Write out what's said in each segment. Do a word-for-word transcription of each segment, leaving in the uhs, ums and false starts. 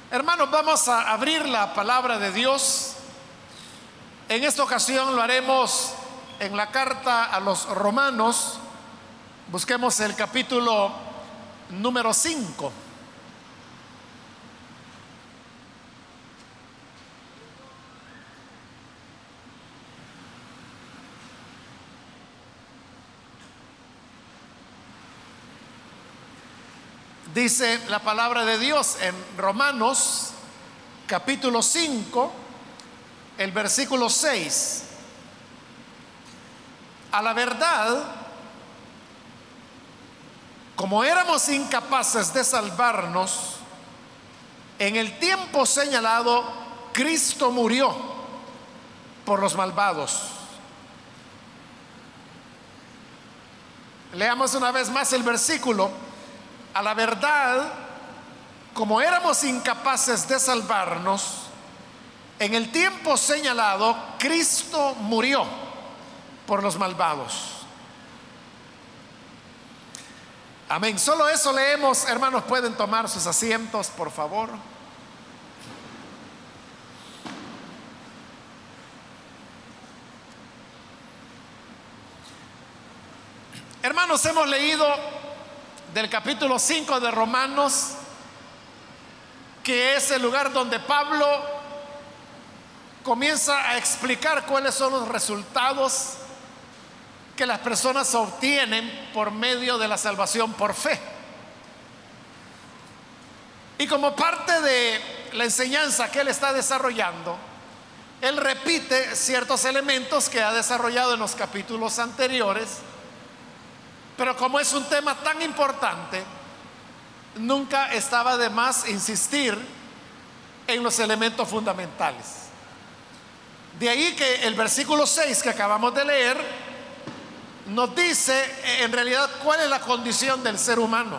Hermanos, vamos a abrir la palabra de Dios. En esta ocasión lo haremos en la carta a los Romanos. Busquemos el capítulo número cinco. Dice la palabra de Dios en Romanos capítulo cinco, el versículo seis. A la verdad, como éramos incapaces de salvarnos, en el tiempo señalado, Cristo murió por los malvados. Leamos una vez más el versículo. A la verdad, como éramos incapaces de salvarnos, en el tiempo señalado, Cristo murió por los malvados. Amén. Solo eso leemos. Hermanos, pueden tomar sus asientos, por favor. Hermanos, hemos leído del capítulo cinco de Romanos, que es el lugar donde Pablo comienza a explicar cuáles son los resultados que las personas obtienen por medio de la salvación por fe. Y como parte de la enseñanza que él está desarrollando, él repite ciertos elementos que ha desarrollado en los capítulos anteriores. Pero como es un tema tan importante, nunca estaba de más insistir en los elementos fundamentales. De ahí que el versículo seis que acabamos de leer nos dice en realidad cuál es la condición del ser humano.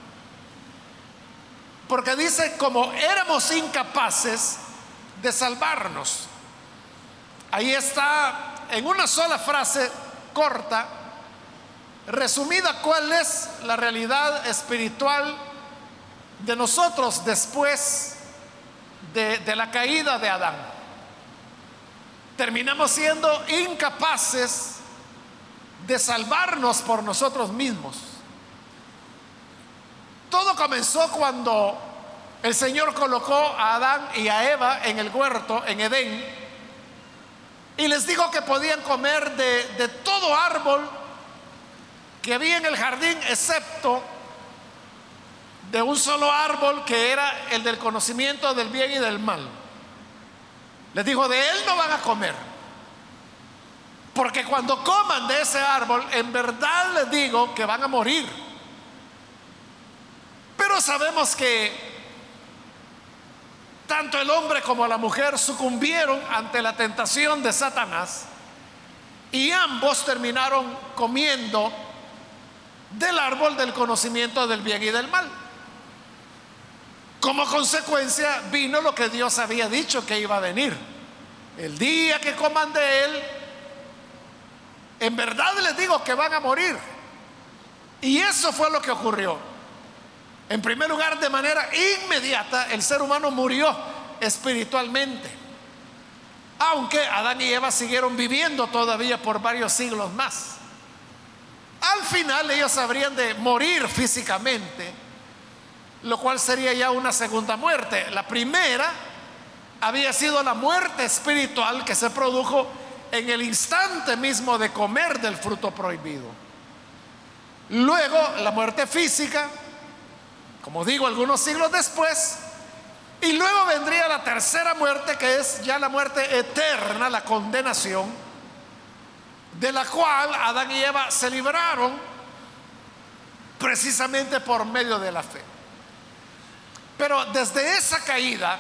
Porque dice, como éramos incapaces de salvarnos. Ahí está en una sola frase corta resumida cuál es la realidad espiritual de nosotros después de, de la caída de Adán. Terminamos siendo incapaces de salvarnos por nosotros mismos. Todo comenzó cuando el Señor colocó a Adán y a Eva en el huerto, en Edén, y les dijo que podían comer de, de todo árbol que había en el jardín, excepto de un solo árbol, que era el del conocimiento del bien y del mal. Les dijo, de él no van a comer, porque cuando coman de ese árbol, en verdad les digo que van a morir. Pero sabemos que tanto el hombre como la mujer sucumbieron ante la tentación de Satanás, y ambos terminaron comiendo del árbol del conocimiento del bien y del mal. Como consecuencia vino lo que Dios había dicho que iba a venir. El día que coman de él, en verdad les digo que van a morir. Y eso fue lo que ocurrió. En primer lugar, de manera inmediata, el ser humano murió espiritualmente, aunque Adán y Eva siguieron viviendo todavía por varios siglos más. Al final ellos habrían de morir físicamente, lo cual sería ya una segunda muerte. La primera había sido la muerte espiritual, que se produjo en el instante mismo de comer del fruto prohibido. Luego la muerte física, como digo, algunos siglos después. Y luego vendría la tercera muerte, que es ya la muerte eterna, la condenación, de la cual Adán y Eva se libraron precisamente por medio de la fe. Pero desde esa caída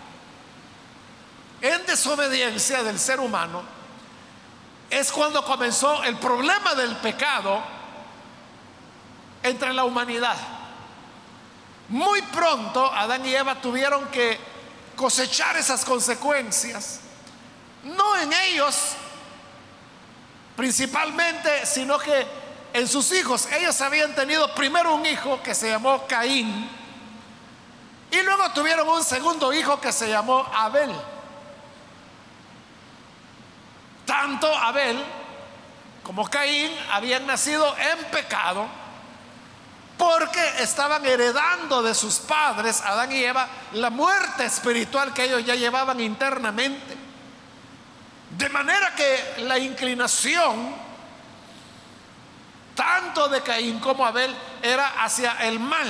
en desobediencia del ser humano es cuando comenzó el problema del pecado entre la humanidad. Muy pronto Adán y Eva tuvieron que cosechar esas consecuencias, no en ellos principalmente, sino que en sus hijos. Ellos habían tenido primero un hijo que se llamó Caín, y luego luego tuvieron un segundo hijo que se llamó Abel. Tanto Abel como Caín habían nacido en pecado porque estaban heredando de sus padres, Adán y Eva, la muerte espiritual que ellos ya llevaban internamente. De manera que la inclinación tanto de Caín como Abel era hacia el mal.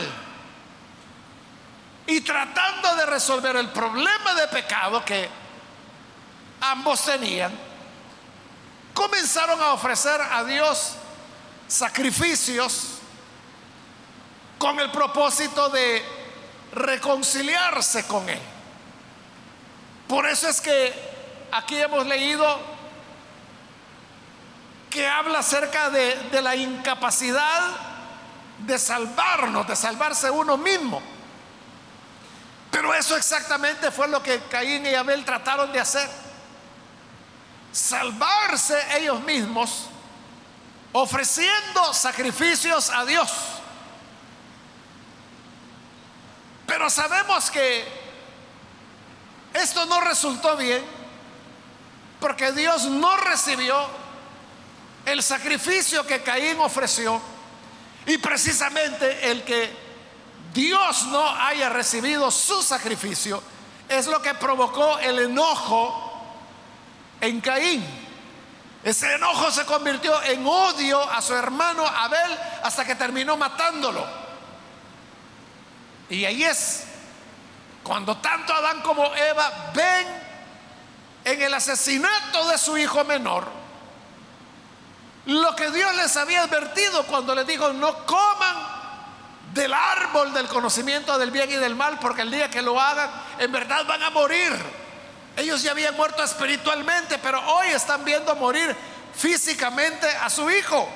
Y tratando de resolver el problema de pecado que ambos tenían, comenzaron a ofrecer a Dios sacrificios con el propósito de reconciliarse con Él. Por eso es que aquí hemos leído que habla acerca de, de la incapacidad de salvarnos, de salvarse uno mismo. Pero eso exactamente fue lo que Caín y Abel trataron de hacer: salvarse ellos mismos ofreciendo sacrificios a Dios. Pero sabemos que esto no resultó bien, porque Dios no recibió el sacrificio que Caín ofreció, y precisamente el que Dios no haya recibido su sacrificio es lo que provocó el enojo en Caín. Ese enojo se convirtió en odio a su hermano Abel hasta que terminó matándolo. Y ahí es cuando tanto Adán como Eva ven en el asesinato de su hijo menor lo que Dios les había advertido cuando les dijo: no coman del árbol del conocimiento del bien y del mal, porque el día que lo hagan en verdad van a morir. Ellos ya habían muerto espiritualmente, pero hoy están viendo morir físicamente a su hijo.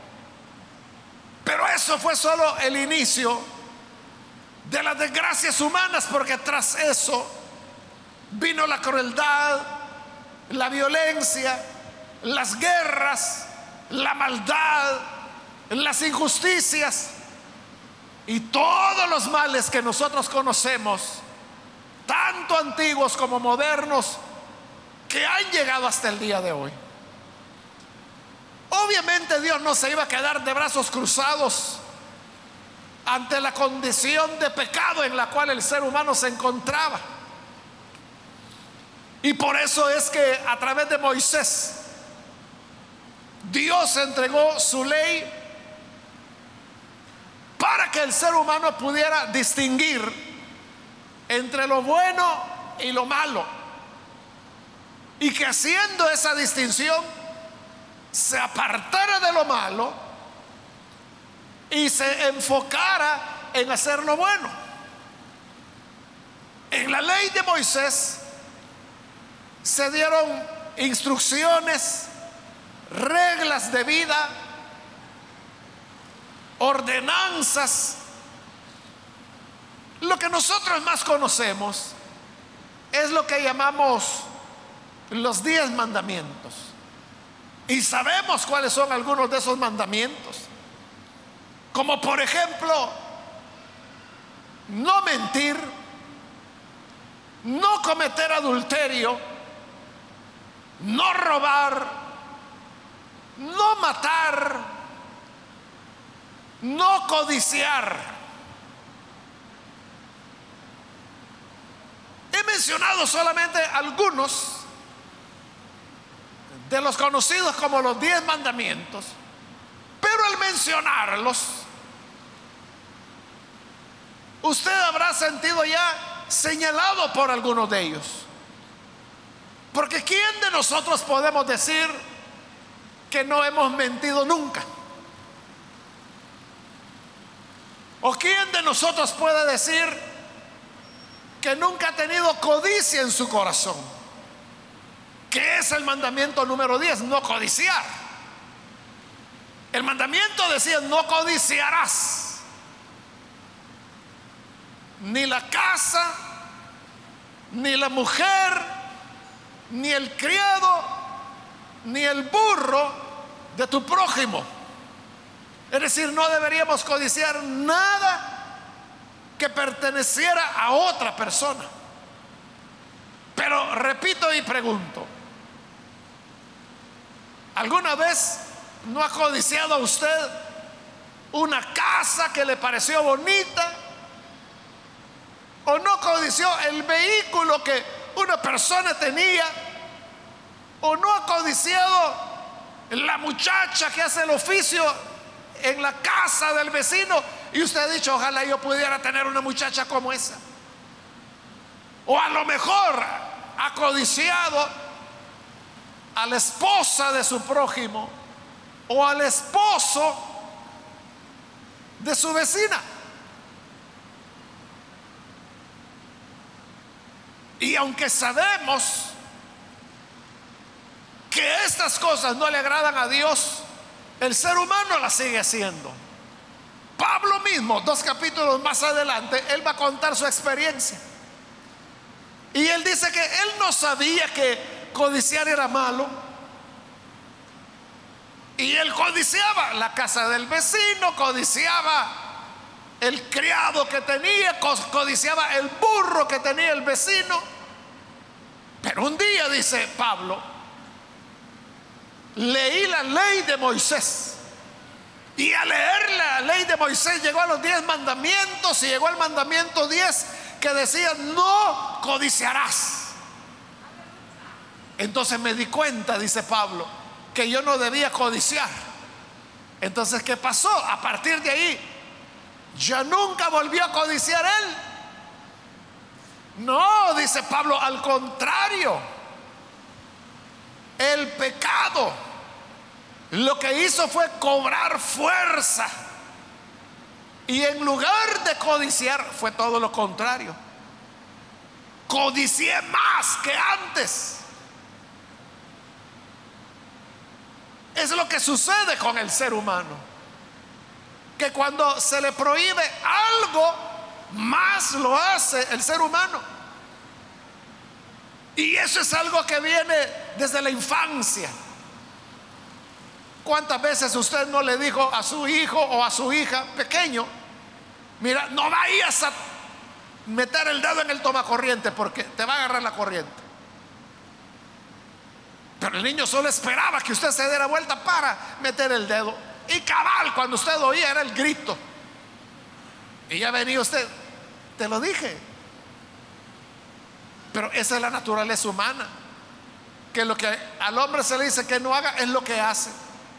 Pero eso fue solo el inicio de las desgracias humanas, porque tras eso vino la crueldad, la violencia, las guerras, la maldad, las injusticias y todos los males que nosotros conocemos, tanto antiguos como modernos, que han llegado hasta el día de hoy. Obviamente Dios no se iba a quedar de brazos cruzados ante la condición de pecado en la cual el ser humano se encontraba. Y por eso es que a través de Moisés Dios entregó su ley para que el ser humano pudiera distinguir entre lo bueno y lo malo, y que haciendo esa distinción se apartara de lo malo y se enfocara en hacer lo bueno. En la ley de Moisés se dieron instrucciones, reglas de vida, ordenanzas. Lo que nosotros más conocemos es lo que llamamos los diez mandamientos, y sabemos cuáles son algunos de esos mandamientos, como por ejemplo no mentir, no cometer adulterio, no robar, no matar, no codiciar. He mencionado solamente algunos de los conocidos como los diez mandamientos, pero al mencionarlos, usted habrá sentido ya señalado por algunos de ellos. Porque ¿quién de nosotros podemos decir que no hemos mentido nunca? ¿O quién de nosotros puede decir que nunca ha tenido codicia en su corazón? Que es el mandamiento número diez, no codiciar. El mandamiento decía: no codiciarás ni la casa, ni la mujer, ni el criado, ni el burro de tu prójimo. Es decir, no deberíamos codiciar nada que perteneciera a otra persona. Pero repito y pregunto, ¿alguna vez no ha codiciado a usted una casa que le pareció bonita? ¿O no codició el vehículo que una persona tenía? ¿O no ha codiciado la muchacha que hace el oficio en la casa del vecino? Y usted ha dicho, ojalá yo pudiera tener una muchacha como esa. O a lo mejor ha codiciado a la esposa de su prójimo o al esposo de su vecina. Y aunque sabemos que estas cosas no le agradan a Dios, el ser humano las sigue haciendo. Pablo mismo, dos capítulos más adelante, él va a contar su experiencia. Y él dice que él no sabía que codiciar era malo. Y él codiciaba la casa del vecino, codiciaba el criado que tenía, codiciaba el burro que tenía el vecino. Pero un día, dice Pablo, leí la ley de Moisés. Y al leer la ley de Moisés llegó a los diez mandamientos y llegó al mandamiento diez que decía, no codiciarás. Entonces me di cuenta, dice Pablo, que yo no debía codiciar. Entonces, ¿qué pasó? A partir de ahí, ya nunca volvió a codiciar él. No, dice Pablo, al contrario, el pecado lo que hizo fue cobrar fuerza. Y en lugar de codiciar, fue todo lo contrario. Codicié más que antes. Es lo que sucede con el ser humano, que cuando se le prohíbe algo, más lo hace el ser humano. Y eso es algo que viene desde la infancia. ¿Cuántas veces usted no le dijo a su hijo o a su hija pequeño, mira, no vayas a meter el dedo en el tomacorriente porque te va a agarrar la corriente? Pero el niño solo esperaba que usted se diera vuelta para meter el dedo. Y cabal, cuando usted oía era el grito. Y ya venía usted, te lo dije. Pero esa es la naturaleza humana, que lo que al hombre se le dice que no haga es lo que hace.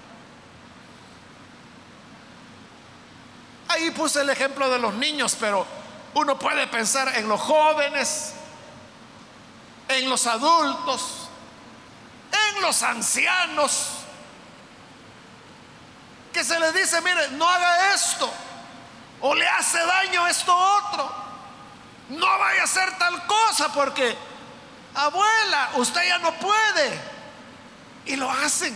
Ahí puse el ejemplo de los niños, pero uno puede pensar en los jóvenes, en los adultos, en los ancianos, que se les dice, mire, no haga esto, o le hace daño esto otro, no vaya a hacer tal cosa porque, abuela, usted ya no puede, y lo hacen.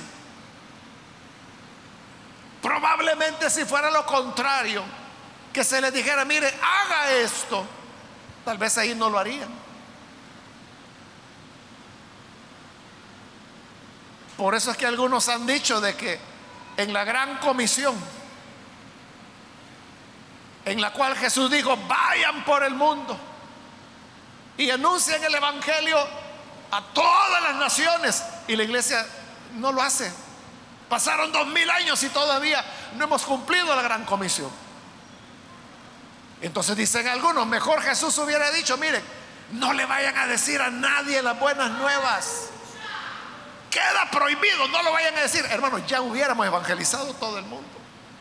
Probablemente si fuera lo contrario, que se les dijera, mire, haga esto, tal vez ahí no lo harían. Por eso es que algunos han dicho de que en la gran comisión, en la cual Jesús dijo, vayan por el mundo y anuncien el evangelio a todas las naciones, y la iglesia no lo hace. Pasaron dos mil años y todavía no hemos cumplido la gran comisión. Entonces dicen algunos, mejor Jesús hubiera dicho, miren, no le vayan a decir a nadie las buenas nuevas, queda prohibido, no lo vayan a decir. Hermanos, ya hubiéramos evangelizado todo el mundo,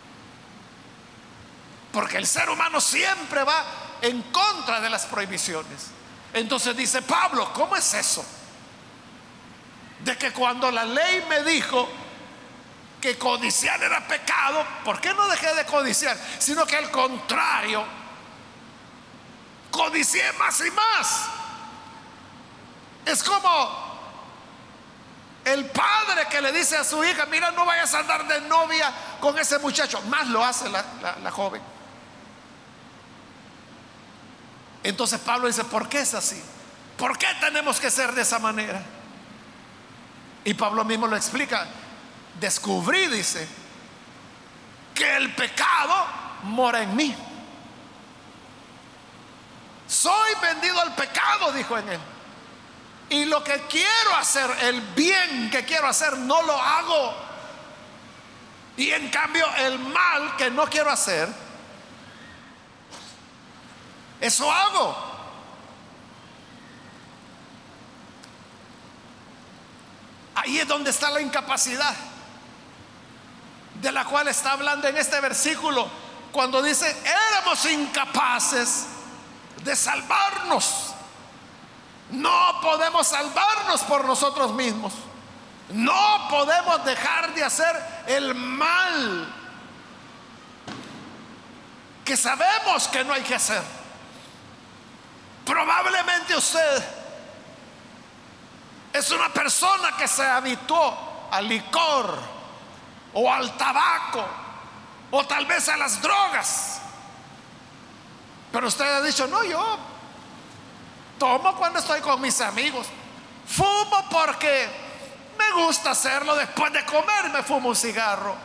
porque el ser humano siempre va en contra de las prohibiciones. Entonces dice Pablo, ¿cómo es eso? De que cuando la ley me dijo que codiciar era pecado, ¿por qué no dejé de codiciar? Sino que al contrario, codicié más y más. Es como el padre que le dice a su hija, mira, no vayas a andar de novia con ese muchacho. Más lo hace la, la, la joven. Entonces Pablo dice, ¿por qué es así? ¿Por qué tenemos que ser de esa manera? Y Pablo mismo lo explica. Descubrí, dice, que el pecado mora en mí. Soy vendido al pecado, dijo en él. Y lo que quiero hacer, el bien que quiero hacer, no lo hago. Y en cambio el mal que no quiero hacer, eso hago. Ahí es donde está la incapacidad de la cual está hablando en este versículo, cuando dice: éramos incapaces de salvarnos. No podemos salvarnos por nosotros mismos. No podemos dejar de hacer el mal que sabemos que no hay que hacer. Probablemente usted es una persona que se habituó al licor o al tabaco o tal vez a las drogas, pero usted ha dicho: no, yo tomo cuando estoy con mis amigos, fumo porque me gusta hacerlo, después de comer me fumo un cigarro.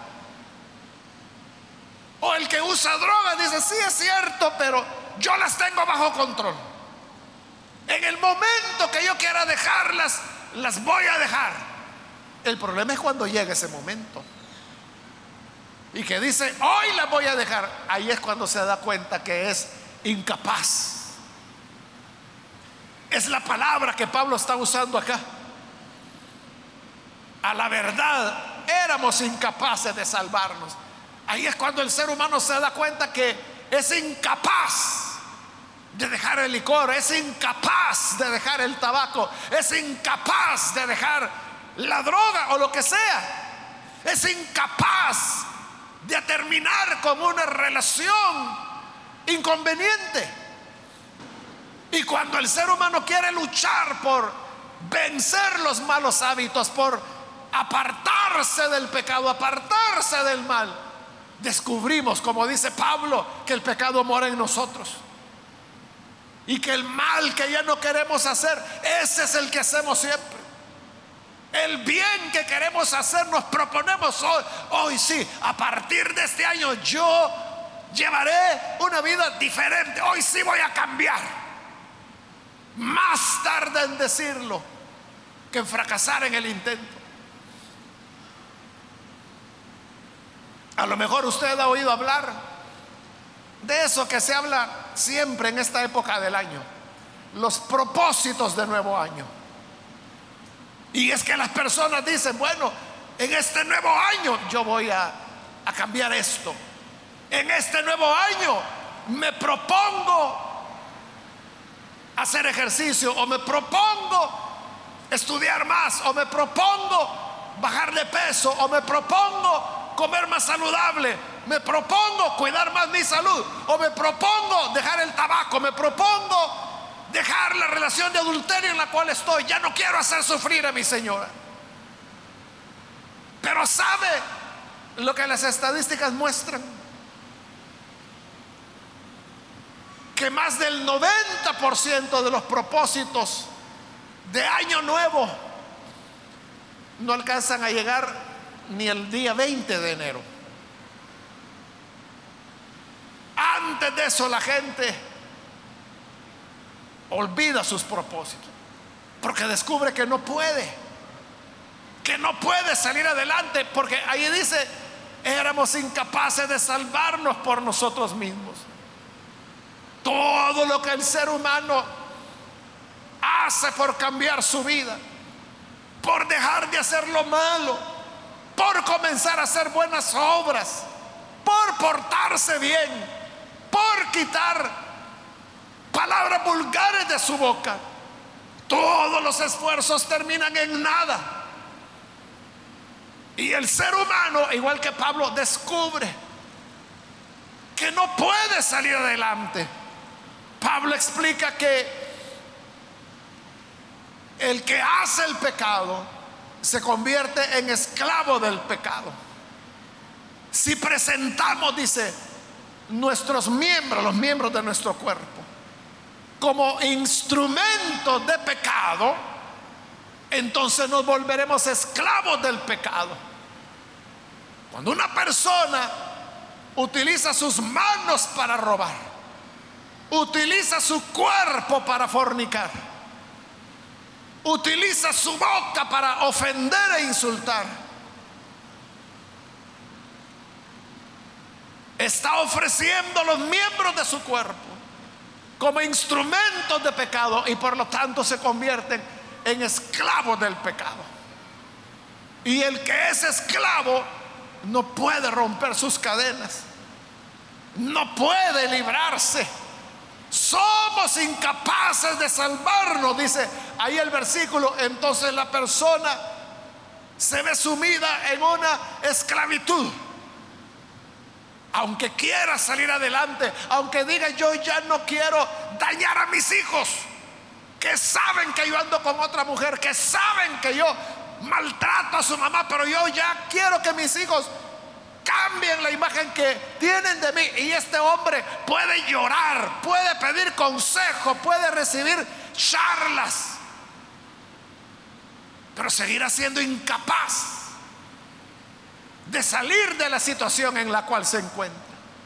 O el que usa drogas dice: sí, es cierto, pero yo las tengo bajo control. En el momento que yo quiera dejarlas, las voy a dejar. El problema es cuando llega ese momento y que dice: hoy las voy a dejar. Ahí es cuando se da cuenta que es incapaz. Es la palabra que Pablo está usando acá. A la verdad, éramos incapaces de salvarnos. Ahí es cuando el ser humano se da cuenta que es incapaz de dejar el licor, es incapaz de dejar el tabaco, es incapaz de dejar la droga o lo que sea, es incapaz de terminar con una relación inconveniente. Y cuando el ser humano quiere luchar por vencer los malos hábitos, por apartarse del pecado, apartarse del mal, descubrimos, como dice Pablo, que el pecado mora en nosotros y que el mal que ya no queremos hacer, ese es el que hacemos siempre. El bien que queremos hacer, nos proponemos hoy, hoy sí, a partir de este año yo llevaré una vida diferente, hoy sí voy a cambiar. Más tarde en decirlo que en fracasar en el intento. A lo mejor usted ha oído hablar de eso que se habla siempre en esta época del año: los propósitos de nuevo año. Y es que las personas dicen: bueno, en este nuevo año yo voy a, a cambiar esto. En este nuevo año me propongo hacer ejercicio, o me propongo estudiar más, o me propongo bajar de peso, o me propongo comer más saludable, me propongo cuidar más mi salud, o me propongo dejar el tabaco, me propongo dejar la relación de adulterio en la cual estoy. Ya no quiero hacer sufrir a mi señora. Pero ¿sabe lo que las estadísticas muestran? Que más del noventa por ciento de los propósitos de año nuevo no alcanzan a llegar ni el día veinte de enero. Antes de eso la gente olvida sus propósitos porque descubre que no puede, que no puede salir adelante, porque ahí dice: éramos incapaces de salvarnos por nosotros mismos. Todo lo que el ser humano hace por cambiar su vida, por dejar de hacer lo malo, por comenzar a hacer buenas obras, por portarse bien, por quitar palabras vulgares de su boca, todos los esfuerzos terminan en nada. Y el ser humano, igual que Pablo, descubre que no puede salir adelante. Pablo explica que el que hace el pecado se convierte en esclavo del pecado. Si presentamos, dice, nuestros miembros, los miembros de nuestro cuerpo, como instrumentos de pecado, entonces nos volveremos esclavos del pecado. Cuando una persona utiliza sus manos para robar, utiliza su cuerpo para fornicar, utiliza su boca para ofender e insultar, está ofreciendo los miembros de su cuerpo como instrumentos de pecado y por lo tanto se convierten en esclavos del pecado. Y el que es esclavo no puede romper sus cadenas, no puede librarse. Somos incapaces de salvarnos, dice ahí el versículo. Entonces la persona se ve sumida en una esclavitud. Aunque quiera salir adelante, aunque diga yo ya no quiero dañar a mis hijos, que saben que yo ando con otra mujer, que saben que yo maltrato a su mamá, pero yo ya quiero que mis hijos cambien la imagen que tienen de mí. Y este hombre puede llorar, puede pedir consejo, puede recibir charlas, pero seguirá siendo incapaz de salir de la situación en la cual se encuentra,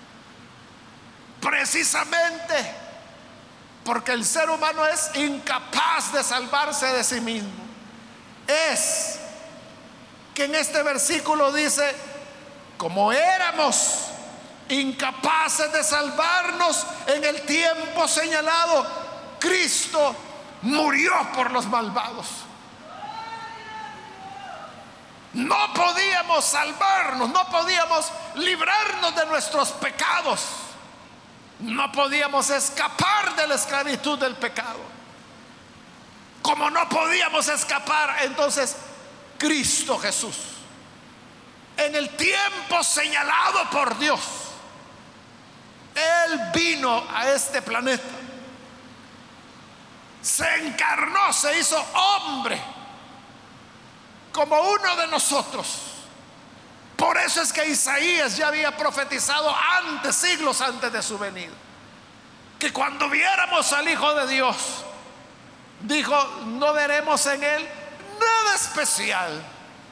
precisamente porque el ser humano es incapaz de salvarse de sí mismo. Es que en este versículo dice: como éramos incapaces de salvarnos en el tiempo señalado, Cristo murió por los malvados. No podíamos salvarnos, no podíamos librarnos de nuestros pecados, no podíamos escapar de la esclavitud del pecado. Como no podíamos escapar, entonces Cristo Jesús, en el tiempo señalado por Dios, Él vino a este planeta, se encarnó, se hizo hombre como uno de nosotros. Por eso es que Isaías ya había profetizado antes, siglos antes de su venida, que cuando viéramos al Hijo de Dios, dijo, no veremos en él nada especial,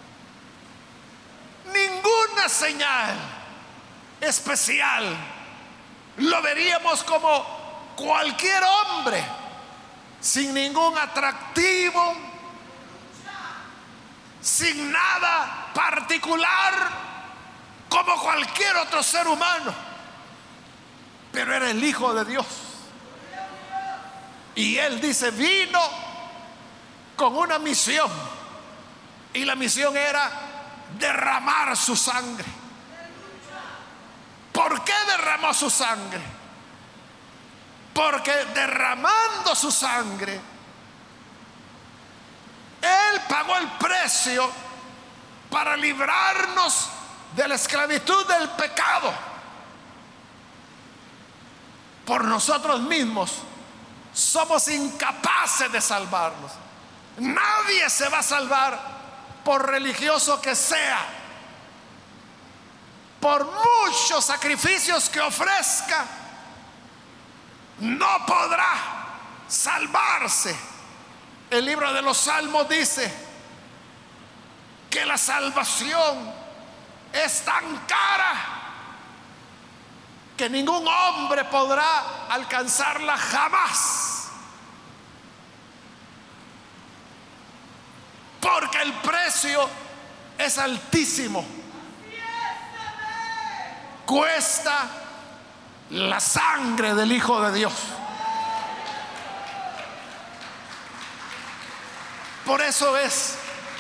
ninguna señal especial. Lo veríamos como cualquier hombre, sin ningún atractivo, sin nada particular, como cualquier otro ser humano. Pero era el Hijo de Dios. Y él dice, vino con una misión, y la misión era derramar su sangre. ¿Por qué derramó su sangre? Porque derramando su sangre, Él pagó el precio para librarnos de la esclavitud del pecado. Por nosotros mismos somos incapaces de salvarnos. Nadie se va a salvar, por religioso que sea, por muchos sacrificios que ofrezca, no podrá salvarse. El libro de los Salmos dice que la salvación es tan cara que ningún hombre podrá alcanzarla jamás, porque el precio es altísimo. Cuesta la sangre del Hijo de Dios. Por eso es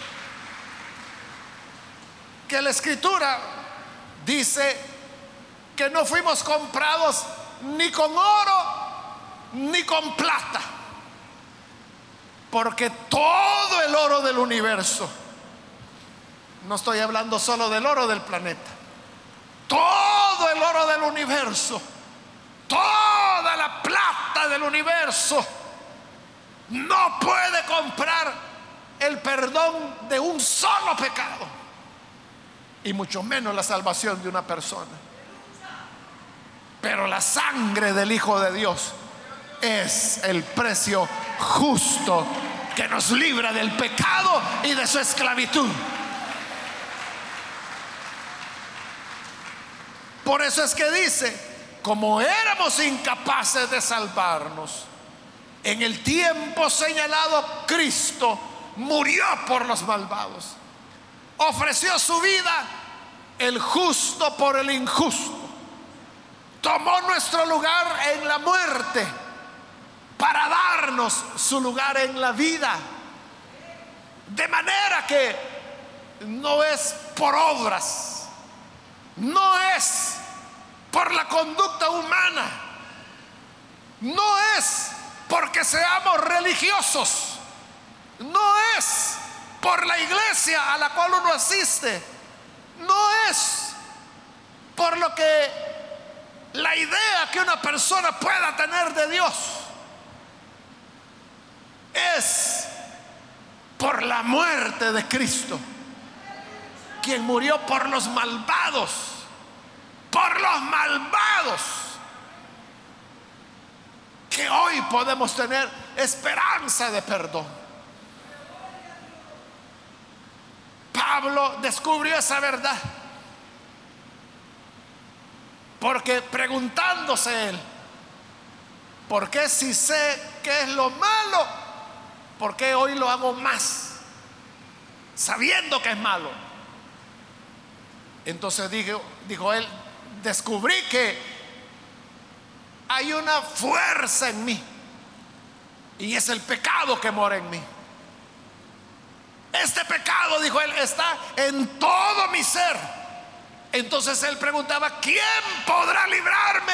que la Escritura dice que no fuimos comprados ni con oro ni con plata, porque todo el oro del universo, no estoy hablando solo del oro del planeta, todo el oro del universo, toda la plata del universo no puede comprar el perdón de un solo pecado, y mucho menos la salvación de una persona. Pero la sangre del Hijo de Dios es el precio justo que nos libra del pecado y de su esclavitud. Por eso es que dice como éramos incapaces de salvarnos, en el tiempo señalado Cristo murió por los malvados. Ofreció su vida el justo por el injusto. Tomó nuestro lugar en la muerte para darnos su lugar en la vida. De manera que no es por obras, no es por la conducta humana, no es porque seamos religiosos, no es por la iglesia a la cual uno asiste, no es por lo que la idea que una persona pueda tener de Dios, es por la muerte de Cristo, quien murió por los malvados, por los malvados, que hoy podemos tener esperanza de perdón. Pablo descubrió esa verdad, porque preguntándose él, ¿por qué si sé qué es lo malo, por qué hoy lo hago más, sabiendo que es malo? Entonces dijo, dijo él, descubrí que hay una fuerza en mí, y es el pecado que mora en mí. Este pecado, dijo él, está en todo mi ser. Entonces él preguntaba, ¿quién podrá librarme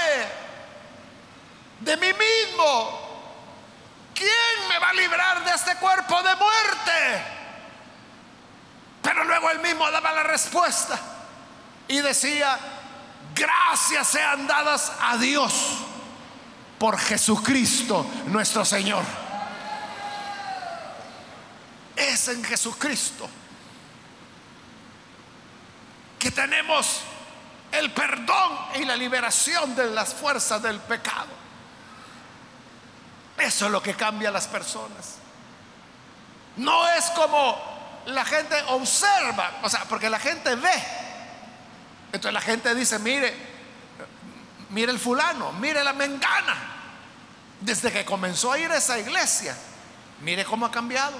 de mí mismo? ¿Quién me va a librar de este cuerpo de muerte? Pero luego él mismo daba la respuesta y decía, gracias sean dadas a Dios por Jesucristo nuestro Señor. Es en Jesucristo que tenemos el perdón y la liberación de las fuerzas del pecado. Eso es lo que cambia a las personas. No es como la gente observa, o sea, porque la gente ve. Entonces la gente dice, mire, mire el fulano, mire la mengana, desde que comenzó a ir a esa iglesia, mire cómo ha cambiado.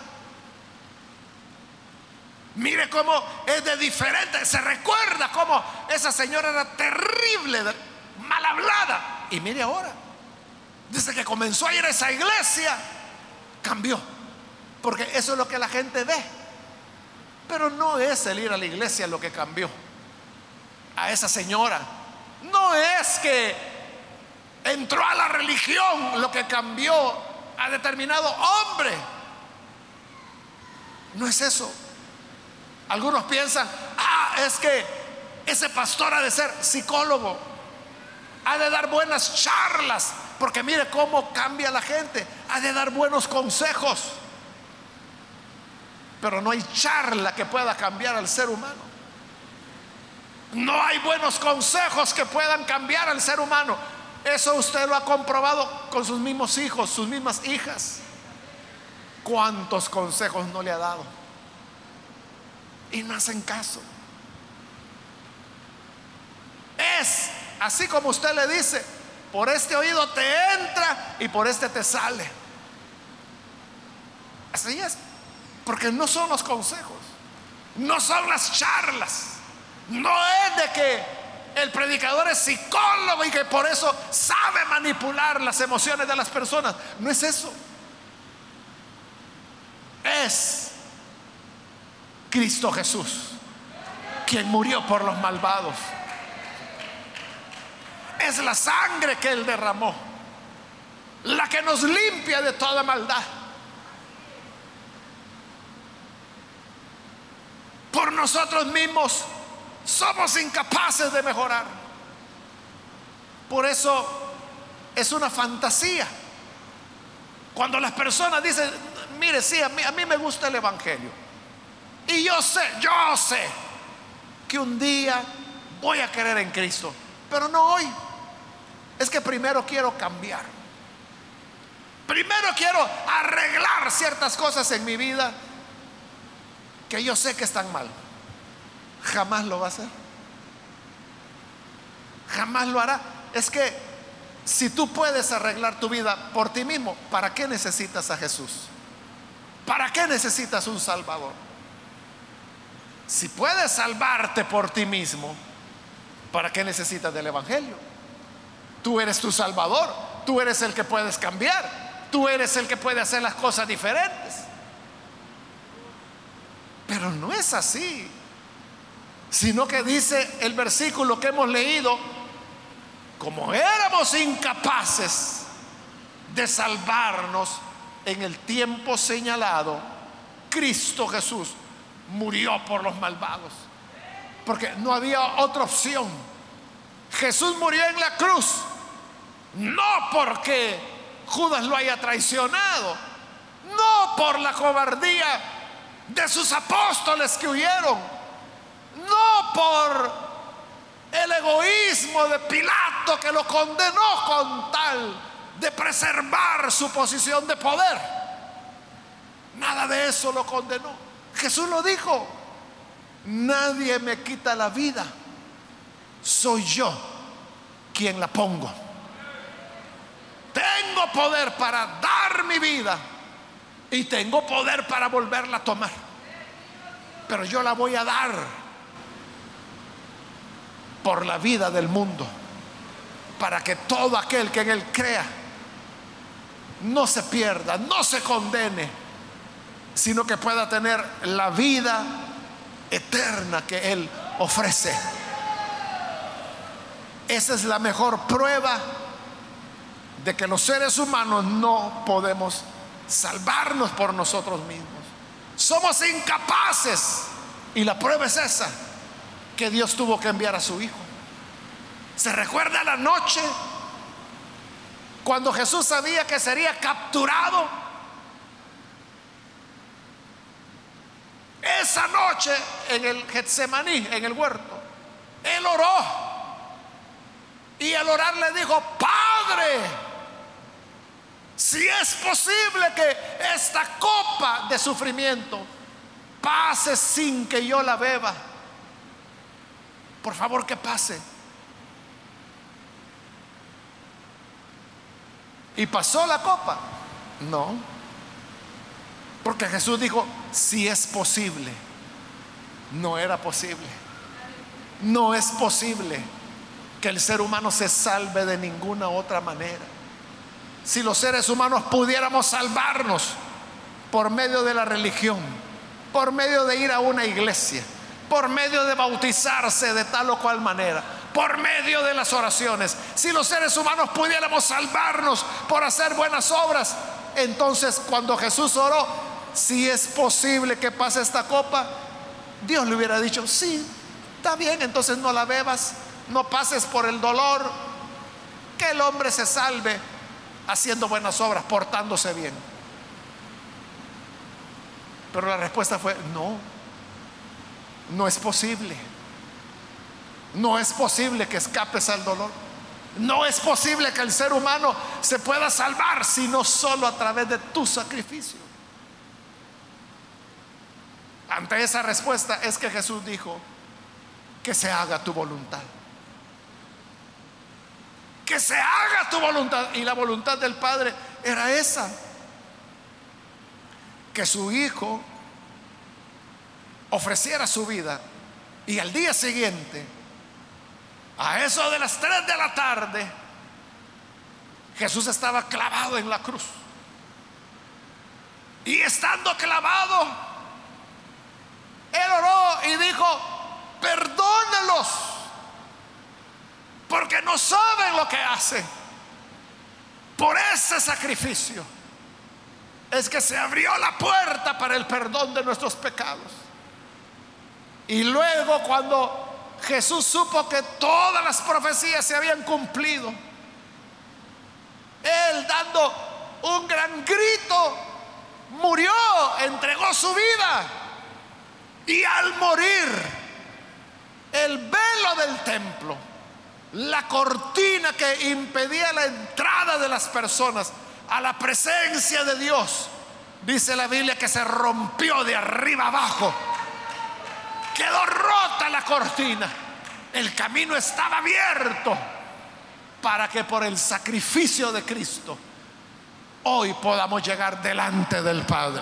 Mire cómo es de diferente. Se recuerda cómo esa señora era terrible, mal hablada. Y mire ahora, desde que comenzó a ir a esa iglesia, cambió. Porque eso es lo que la gente ve. Pero no es el ir a la iglesia lo que cambió a esa señora. No es que entró a la religión lo que cambió a determinado hombre. No es eso. Algunos piensan, ah, es que ese pastor ha de ser psicólogo, ha de dar buenas charlas, porque mire cómo cambia la gente, ha de dar buenos consejos. Pero no hay charla que pueda cambiar al ser humano. No hay buenos consejos que puedan cambiar al ser humano. Eso usted lo ha comprobado con sus mismos hijos, sus mismas hijas. ¿Cuántos consejos no le ha dado? Y no hacen caso. Es así como usted le dice, por este oído te entra y por este te sale. Así es, porque no son los consejos, no son las charlas, no es de que el predicador es psicólogo y que por eso sabe manipular las emociones de las personas. No es eso. Es Cristo Jesús, quien murió por los malvados. Es la sangre que Él derramó, la que nos limpia de toda maldad. Por nosotros mismos somos incapaces de mejorar. Por eso es una fantasía cuando las personas dicen, mire, sí, a mí, a mí me gusta el evangelio, y yo sé, yo sé que un día voy a creer en Cristo, pero no hoy. Es que primero quiero cambiar. Primero quiero arreglar ciertas cosas en mi vida que yo sé que están mal. Jamás lo va a hacer. Jamás lo hará, es que si tú puedes arreglar tu vida por ti mismo, ¿para qué necesitas a Jesús? ¿Para qué necesitas un Salvador? Si puedes salvarte por ti mismo, ¿para qué necesitas del Evangelio? Tú eres tu Salvador, tú eres el que puedes cambiar, tú eres el que puede hacer las cosas diferentes. Pero no es así, sino que dice el versículo que hemos leído: como éramos incapaces de salvarnos en el tiempo señalado, Cristo Jesús murió por los malvados, porque no había otra opción. Jesús murió en la cruz, no porque Judas lo haya traicionado, no por la cobardía de sus apóstoles que huyeron, no por el egoísmo de Pilato, que lo condenó con tal de preservar su posición de poder. Nada de eso lo condenó. Jesús lo dijo: nadie me quita la vida, soy yo quien la pongo. Tengo poder para dar mi vida y tengo poder para volverla a tomar, pero yo la voy a dar por la vida del mundo, para que todo aquel que en él crea no se pierda, no se condene, sino que pueda tener la vida eterna que él ofrece. Esa es la mejor prueba de que los seres humanos no podemos salvarnos por nosotros mismos. Somos incapaces, y la prueba es esa, que Dios tuvo que enviar a su Hijo. ¿Se recuerda la noche cuando Jesús sabía que sería capturado? Esa noche en el Getsemaní, en el huerto, él oró, y al orar le dijo: Padre, si es posible que esta copa de sufrimiento pase sin que yo la beba, por favor que pase. ¿Y pasó la copa? No, porque Jesús dijo: si es posible. No era posible. No es posible que el ser humano se salve de ninguna otra manera. Si los seres humanos pudiéramos salvarnos por medio de la religión, por medio de ir a una iglesia, por medio de bautizarse de tal o cual manera, por medio de las oraciones, si los seres humanos pudiéramos salvarnos por hacer buenas obras, entonces cuando Jesús oró: si es posible que pase esta copa, Dios le hubiera dicho: sí, está bien, entonces no la bebas, no pases por el dolor, que el hombre se salve haciendo buenas obras, portándose bien. Pero la respuesta fue: no, no es posible. No es posible que escapes al dolor. No es posible que el ser humano se pueda salvar sino solo a través de tu sacrificio. Ante esa respuesta es que Jesús dijo: que se haga tu voluntad. Que se haga tu voluntad. Y la voluntad del Padre era esa: que su Hijo ofreciera su vida. Y al día siguiente, a eso de las tres de la tarde, Jesús estaba clavado en la cruz. Y estando clavado, él oró y dijo: perdónalos, porque no saben lo que hacen. Por ese sacrificio es que se abrió la puerta para el perdón de nuestros pecados. Y luego, cuando Jesús supo que todas las profecías se habían cumplido, él, dando un gran grito, murió, entregó su vida. Y al morir, el velo del templo, la cortina que impedía la entrada de las personas a la presencia de Dios, dice la Biblia que se rompió de arriba abajo. Quedó rota la cortina. El camino estaba abierto para que por el sacrificio de Cristo hoy podamos llegar delante del Padre.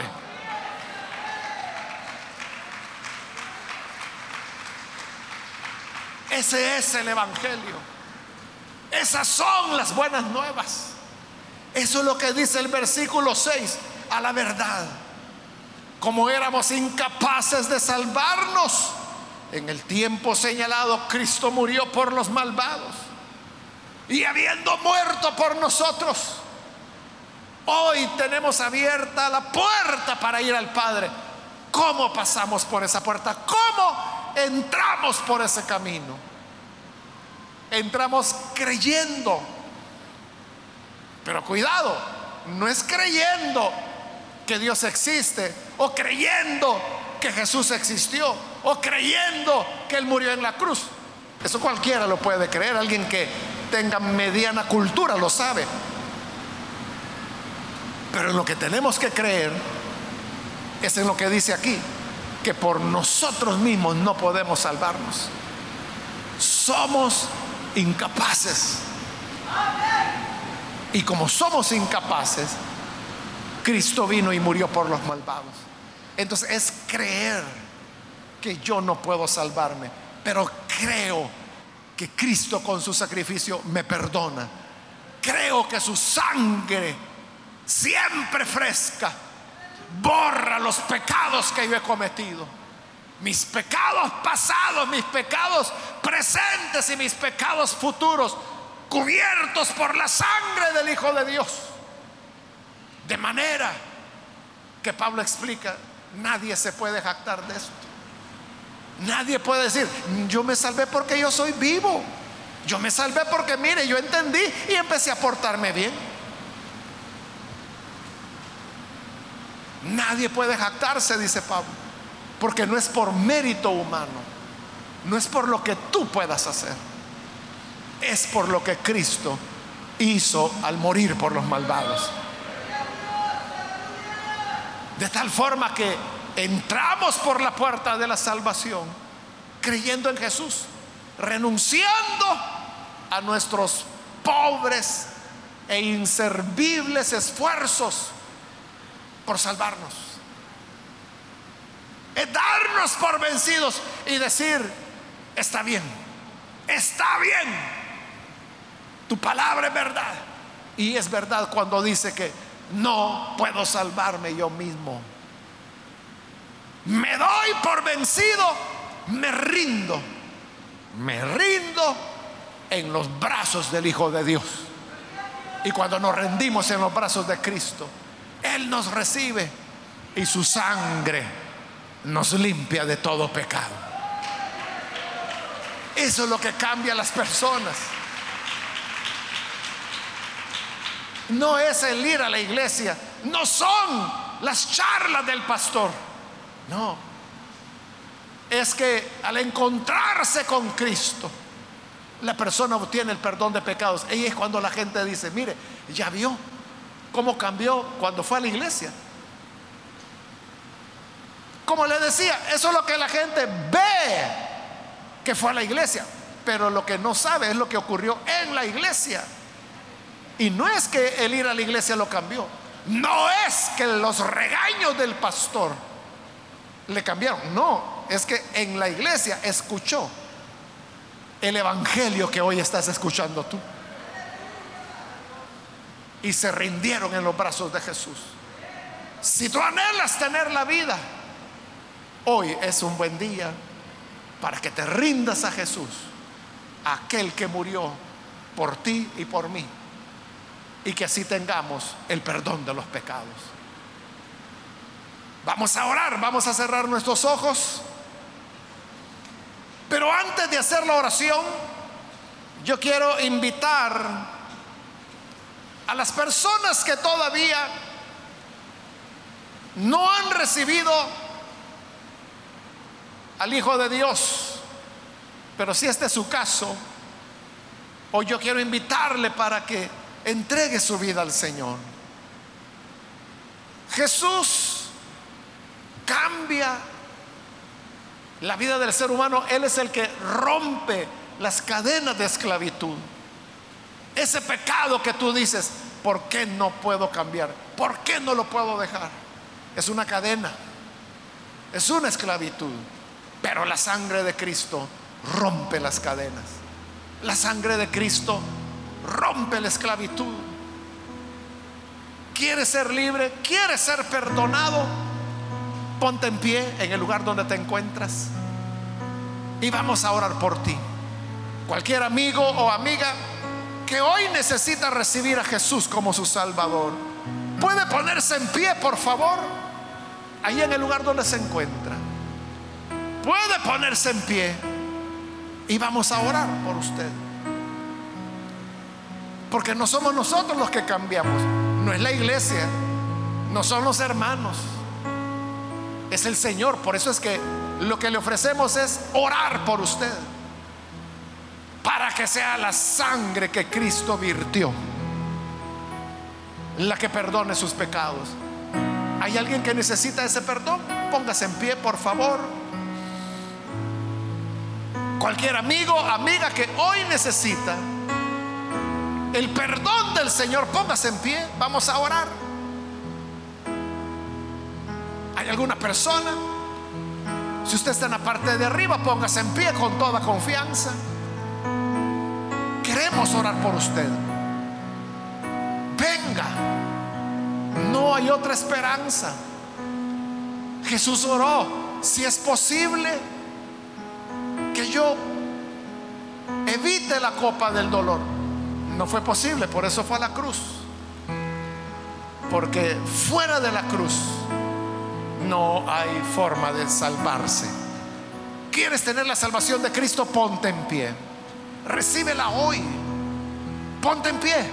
Ese es el Evangelio. Esas son las buenas nuevas. Eso es lo que dice el versículo seis. A la verdad, como éramos incapaces de salvarnos, en el tiempo señalado Cristo murió por los malvados, y habiendo muerto por nosotros, hoy tenemos abierta la puerta para ir al Padre. ¿Cómo pasamos por esa puerta? ¿Cómo entramos por ese camino? Entramos creyendo. Pero cuidado, no es creyendo que Dios existe, o creyendo que Jesús existió, o creyendo que Él murió en la cruz. Eso cualquiera lo puede creer. Alguien que tenga mediana cultura lo sabe. Pero en lo que tenemos que creer es en lo que dice aquí, que por nosotros mismos no podemos salvarnos. Somos incapaces. Y como somos incapaces, Cristo vino y murió por los malvados. Entonces es creer que yo no puedo salvarme, pero creo que Cristo con su sacrificio me perdona. Creo que su sangre, siempre fresca, borra los pecados que yo he cometido. Mis pecados pasados, mis pecados presentes y mis pecados futuros, cubiertos por la sangre del Hijo de Dios. De manera que Pablo explica, nadie se puede jactar de esto. Nadie puede decir, yo me salvé porque yo soy vivo. Yo me salvé porque, mire, yo entendí y empecé a portarme bien. Nadie puede jactarse, dice Pablo, porque no es por mérito humano, no es por lo que tú puedas hacer, es por lo que Cristo hizo al morir por los malvados. De tal forma que entramos por la puerta de la salvación creyendo en Jesús, renunciando a nuestros pobres e inservibles esfuerzos por salvarnos. Es darnos por vencidos y decir, está bien, está bien, tu palabra es verdad. Y es verdad cuando dice que no puedo salvarme yo mismo. Me doy por vencido, me rindo, me rindo en los brazos del Hijo de Dios. Y cuando nos rendimos en los brazos de Cristo, Él nos recibe y su sangre nos limpia de todo pecado. Eso es lo que cambia a las personas. No es el ir a la iglesia, no son las charlas del pastor. No, es que al encontrarse con Cristo, la persona obtiene el perdón de pecados. Y es cuando la gente dice, mire, ya vio cómo cambió cuando fue a la iglesia. Como le decía, eso es lo que la gente ve que fue a la iglesia, pero lo que no sabe es lo que ocurrió en la iglesia. Y no es que el ir a la iglesia lo cambió, no es que los regaños del pastor le cambiaron, no, es que en la iglesia escuchó el evangelio que hoy estás escuchando tú y se rindieron en los brazos de Jesús. Si tú anhelas tener la vida, hoy es un buen día para que te rindas a Jesús, aquel que murió por ti y por mí, y que así tengamos el perdón de los pecados. Vamos a orar, vamos a cerrar nuestros ojos. Pero antes de hacer la oración, yo quiero invitar a las personas que todavía no han recibido al Hijo de Dios, pero si este es su caso, hoy yo quiero invitarle para que entregue su vida al Señor. Jesús cambia la vida del ser humano. Él es el que rompe las cadenas de esclavitud. Ese pecado que tú dices, ¿por qué no puedo cambiar? ¿Por qué no lo puedo dejar? Es una cadena, es una esclavitud. Pero la sangre de Cristo rompe las cadenas. La sangre de Cristo rompe la esclavitud. ¿Quieres ser libre? ¿Quieres ser perdonado? Ponte en pie en el lugar donde te encuentras y vamos a orar por ti. Cualquier amigo o amiga que hoy necesita recibir a Jesús como su Salvador, puede ponerse en pie, por favor, ahí en el lugar donde se encuentra. Puede ponerse en pie y vamos a orar por usted. Porque no somos nosotros los que cambiamos, no es la iglesia, no son los hermanos, es el Señor. Por eso es que lo que le ofrecemos es orar por usted, para que sea la sangre que Cristo virtió la que perdone sus pecados. ¿Hay alguien que necesita ese perdón? Póngase en pie, por favor. Cualquier amigo, amiga que hoy necesita el perdón del Señor, póngase en pie, vamos a orar. ¿Hay alguna persona? Si usted está en la parte de arriba, póngase en pie con toda confianza. Queremos orar por usted. Venga, no hay otra esperanza. Jesús oró: si es posible que yo evite la copa del dolor. No fue posible, por eso fue a la cruz. Porque fuera de la cruz no hay forma de salvarse. ¿Quieres tener la salvación de Cristo? Ponte en pie, recíbela hoy. Ponte en pie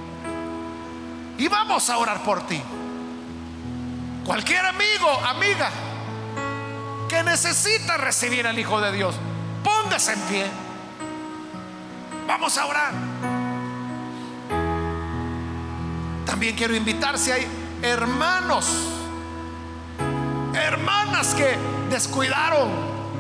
y vamos a orar por ti. Cualquier amigo, amiga que necesita recibir al Hijo de Dios, póngase en pie, vamos a orar. También quiero invitar, si hay hermanos, hermanas que descuidaron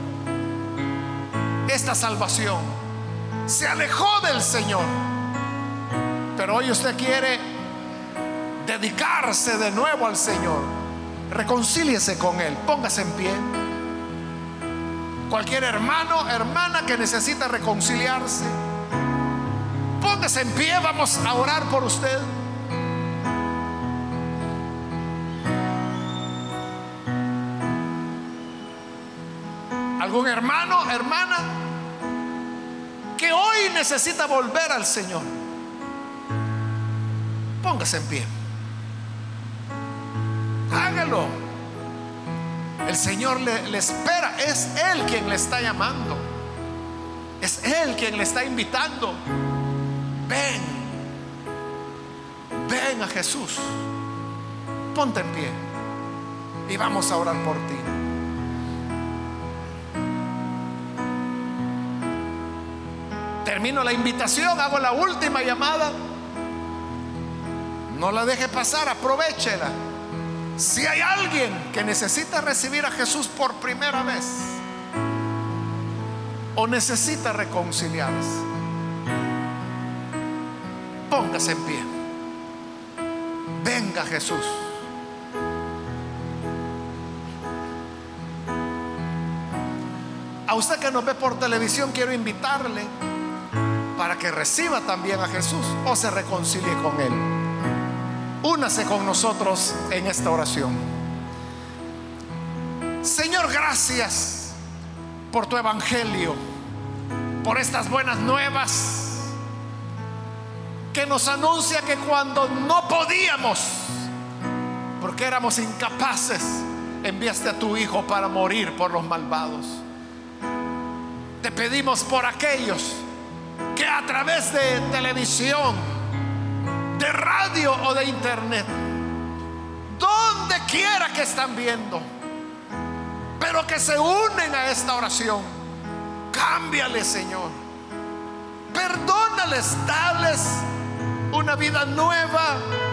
esta salvación, se alejó del Señor, pero hoy usted quiere dedicarse de nuevo al Señor, reconcíliese con Él, póngase en pie. Cualquier hermano, hermana que necesita reconciliarse, póngase en pie, vamos a orar por usted. ¿Algún hermano, hermana que hoy necesita volver al Señor? Póngase en pie, hágalo. El Señor le, le espera. Es Él quien le está llamando, es Él quien le está invitando. Ven, ven a Jesús. Ponte en pie y vamos a orar por ti. Termino la invitación, hago la última llamada. No la deje pasar, aprovéchela. Si hay alguien que necesita recibir a Jesús por primera vez o necesita reconciliarse, póngase en pie. Venga Jesús. A usted que nos ve por televisión, quiero invitarle para que reciba también a Jesús o se reconcilie con Él. Únase con nosotros en esta oración. Señor, gracias por tu evangelio, por estas buenas nuevas que nos anuncia que cuando no podíamos, porque éramos incapaces, enviaste a tu Hijo para morir por los malvados. Te pedimos por aquellos que a través de televisión, de radio o de internet, donde quiera que están viendo, pero que se unen a esta oración, cámbiales, Señor, perdónales, dales una vida nueva,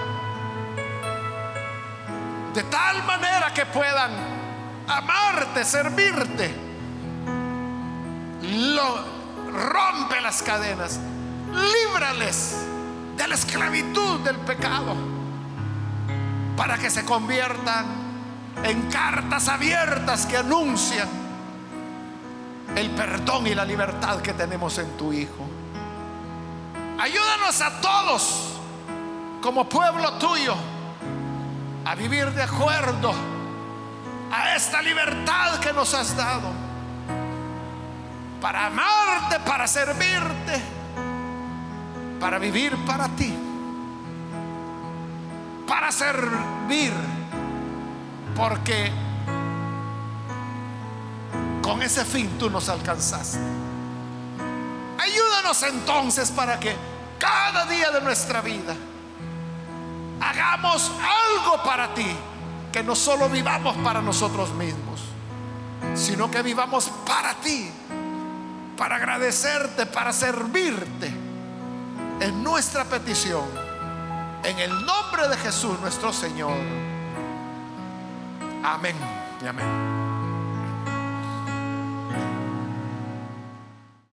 de tal manera que puedan amarte, servirte. Lo, rompe las cadenas, líbrales de la esclavitud del pecado, para que se conviertan en cartas abiertas que anuncian el perdón y la libertad que tenemos en tu Hijo. Ayúdanos a todos como pueblo tuyo a vivir de acuerdo a esta libertad que nos has dado, para amarte, para servirte, para vivir para ti, para servir, porque con ese fin tú nos alcanzaste. Ayúdanos entonces para que cada día de nuestra vida hagamos algo para ti, que no solo vivamos para nosotros mismos, sino que vivamos para ti, para agradecerte, para servirte. En nuestra petición, en el nombre de Jesús nuestro Señor. Amén y amén.